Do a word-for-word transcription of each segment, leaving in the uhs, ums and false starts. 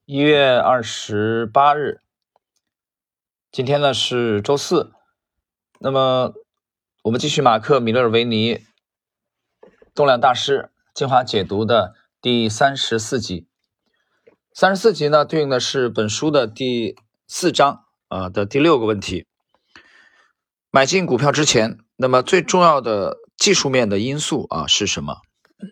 一月二十八日，今天呢是周四。那么我们继续马克·米勒尔维尼动量大师精华解读的第三十四集。三十四集呢对应的是本书的第四章啊、呃、的第六个问题。买进股票之前，那么最重要的技术面的因素啊是什么？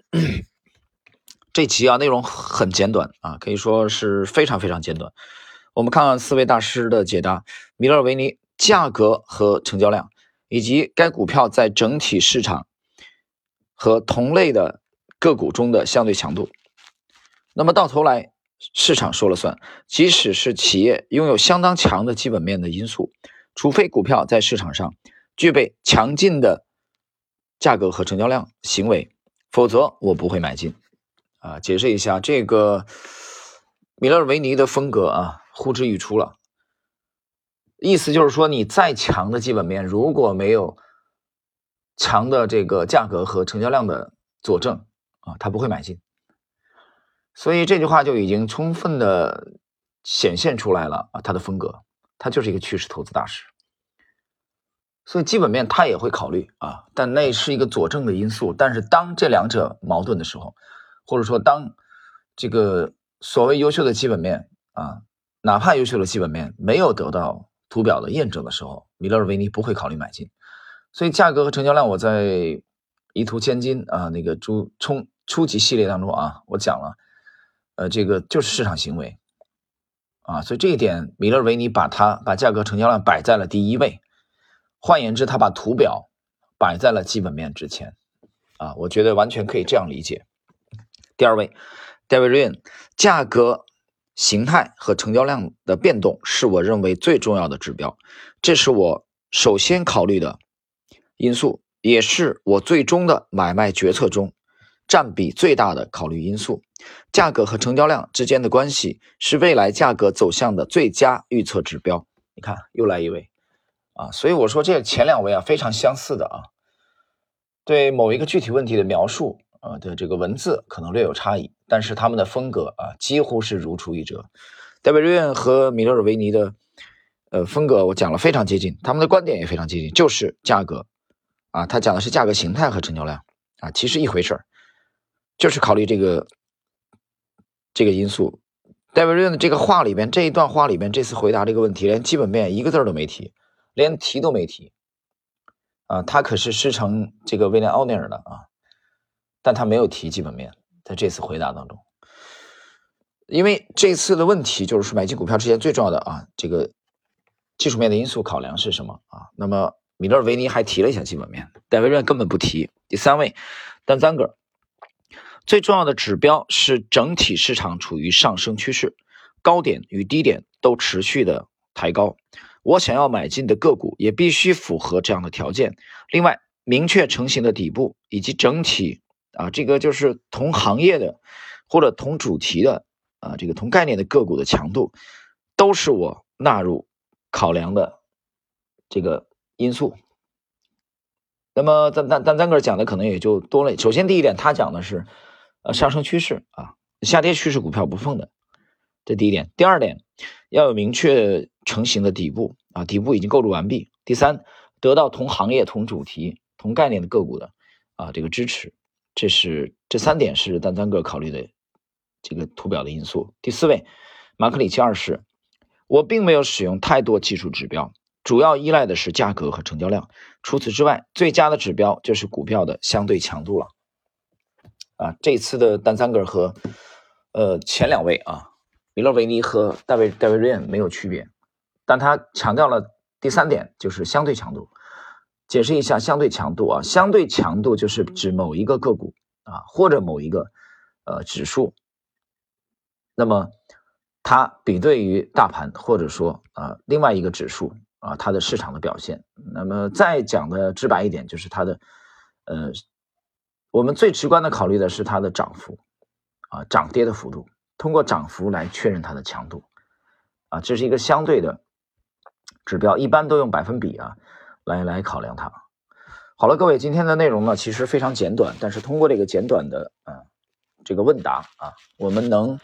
这集啊内容很简短啊，可以说是非常非常简短。我们看看四位大师的解答：米勒尔维尼价格和成交量，以及该股票在整体市场和同类的个股中的相对强度。那么到头来，市场说了算，即使是企业拥有相当强的基本面的因素，除非股票在市场上具备强劲的价格和成交量行为，否则我不会买进。啊，解释一下这个米勒尔维尼的风格啊，呼之欲出了。意思就是说，你再强的基本面，如果没有强的这个价格和成交量的佐证啊，他不会买进。所以这句话就已经充分的显现出来了啊，他的风格，他就是一个趋势投资大师。所以基本面他也会考虑啊，但那是一个佐证的因素。但是当这两者矛盾的时候，或者说当这个所谓优秀的基本面啊，哪怕优秀的基本面没有得到图表的验证的时候，米勒尔维尼不会考虑买进。所以价格和成交量我在一图千金啊那个初冲初级系列当中啊，我讲了呃这个就是市场行为啊，所以这一点米勒尔维尼把它把价格成交量摆在了第一位，换言之他把图表摆在了基本面之前啊，我觉得完全可以这样理解。第二位 David Ryan， 价格形态和成交量的变动是我认为最重要的指标，这是我首先考虑的因素，也是我最终的买卖决策中占比最大的考虑因素。价格和成交量之间的关系是未来价格走向的最佳预测指标。你看又来一位啊，所以我说这前两位啊非常相似的啊，对某一个具体问题的描述啊的这个文字可能略有差异，但是他们的风格啊几乎是如出一辙。戴维瑞恩和米勒尔维尼的呃风格我讲了非常接近，他们的观点也非常接近，就是价格啊，他讲的是价格形态和成交量啊，其实一回事儿，就是考虑这个这个因素。戴维瑞恩的这个话里边，这一段话里边，这次回答这个问题连基本面一个字都没提，连提都没提啊，他可是师承这个威廉奥尼尔的啊，但他没有提基本面，在这次回答当中。因为这次的问题就是说买进股票之前最重要的啊，这个技术面的因素考量是什么啊？那么米勒尔维尼还提了一下基本面，戴维瑞根本不提。第三位丹赞格，最重要的指标是整体市场处于上升趋势，高点与低点都持续的抬高，我想要买进的个股也必须符合这样的条件。另外，明确成型的底部以及整体啊，这个就是同行业的或者同主题的啊，这个同概念的个股的强度，都是我纳入考量的这个因素。那么但但但赞格尔讲的可能也就多了。首先第一点，他讲的是呃上升趋势啊，下跌趋势股票不碰的，这第一点。第二点，要有明确成型的底部啊，底部已经构筑完毕。第三，得到同行业、同主题、同概念的个股的啊这个支持，这是这三点是丹赞格尔考虑的这个图表的因素。第四位，马克里奇二世，我并没有使用太多技术指标，主要依赖的是价格和成交量。除此之外，最佳的指标就是股票的相对强度了。啊，这次的丹赞格尔和呃前两位啊，米勒维尼和戴维戴维瑞恩没有区别，但他强调了第三点，就是相对强度。解释一下相对强度啊，相对强度就是指某一个个股啊，或者某一个呃指数，那么它比对于大盘或者说啊、呃、另外一个指数啊，它的市场的表现。那么再讲的直白一点，就是它的呃，我们最直观的考虑的是它的涨幅啊，涨跌的幅度，通过涨幅来确认它的强度啊，这是一个相对的指标，一般都用百分比啊来来考量它。好了，各位，今天的内容呢其实非常简短，但是通过这个简短的啊、呃、这个问答啊，我们能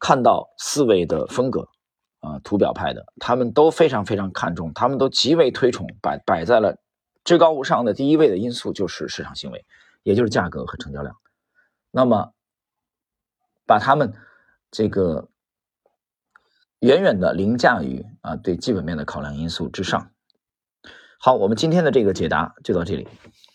看到四位的风格啊、呃，图表派的，他们都非常非常看重，他们都极为推崇，摆摆在了至高无上的第一位的因素就是市场行为，也就是价格和成交量。那么把他们这个远远的凌驾于啊对基本面的考量因素之上。好，我们今天的这个解答就到这里。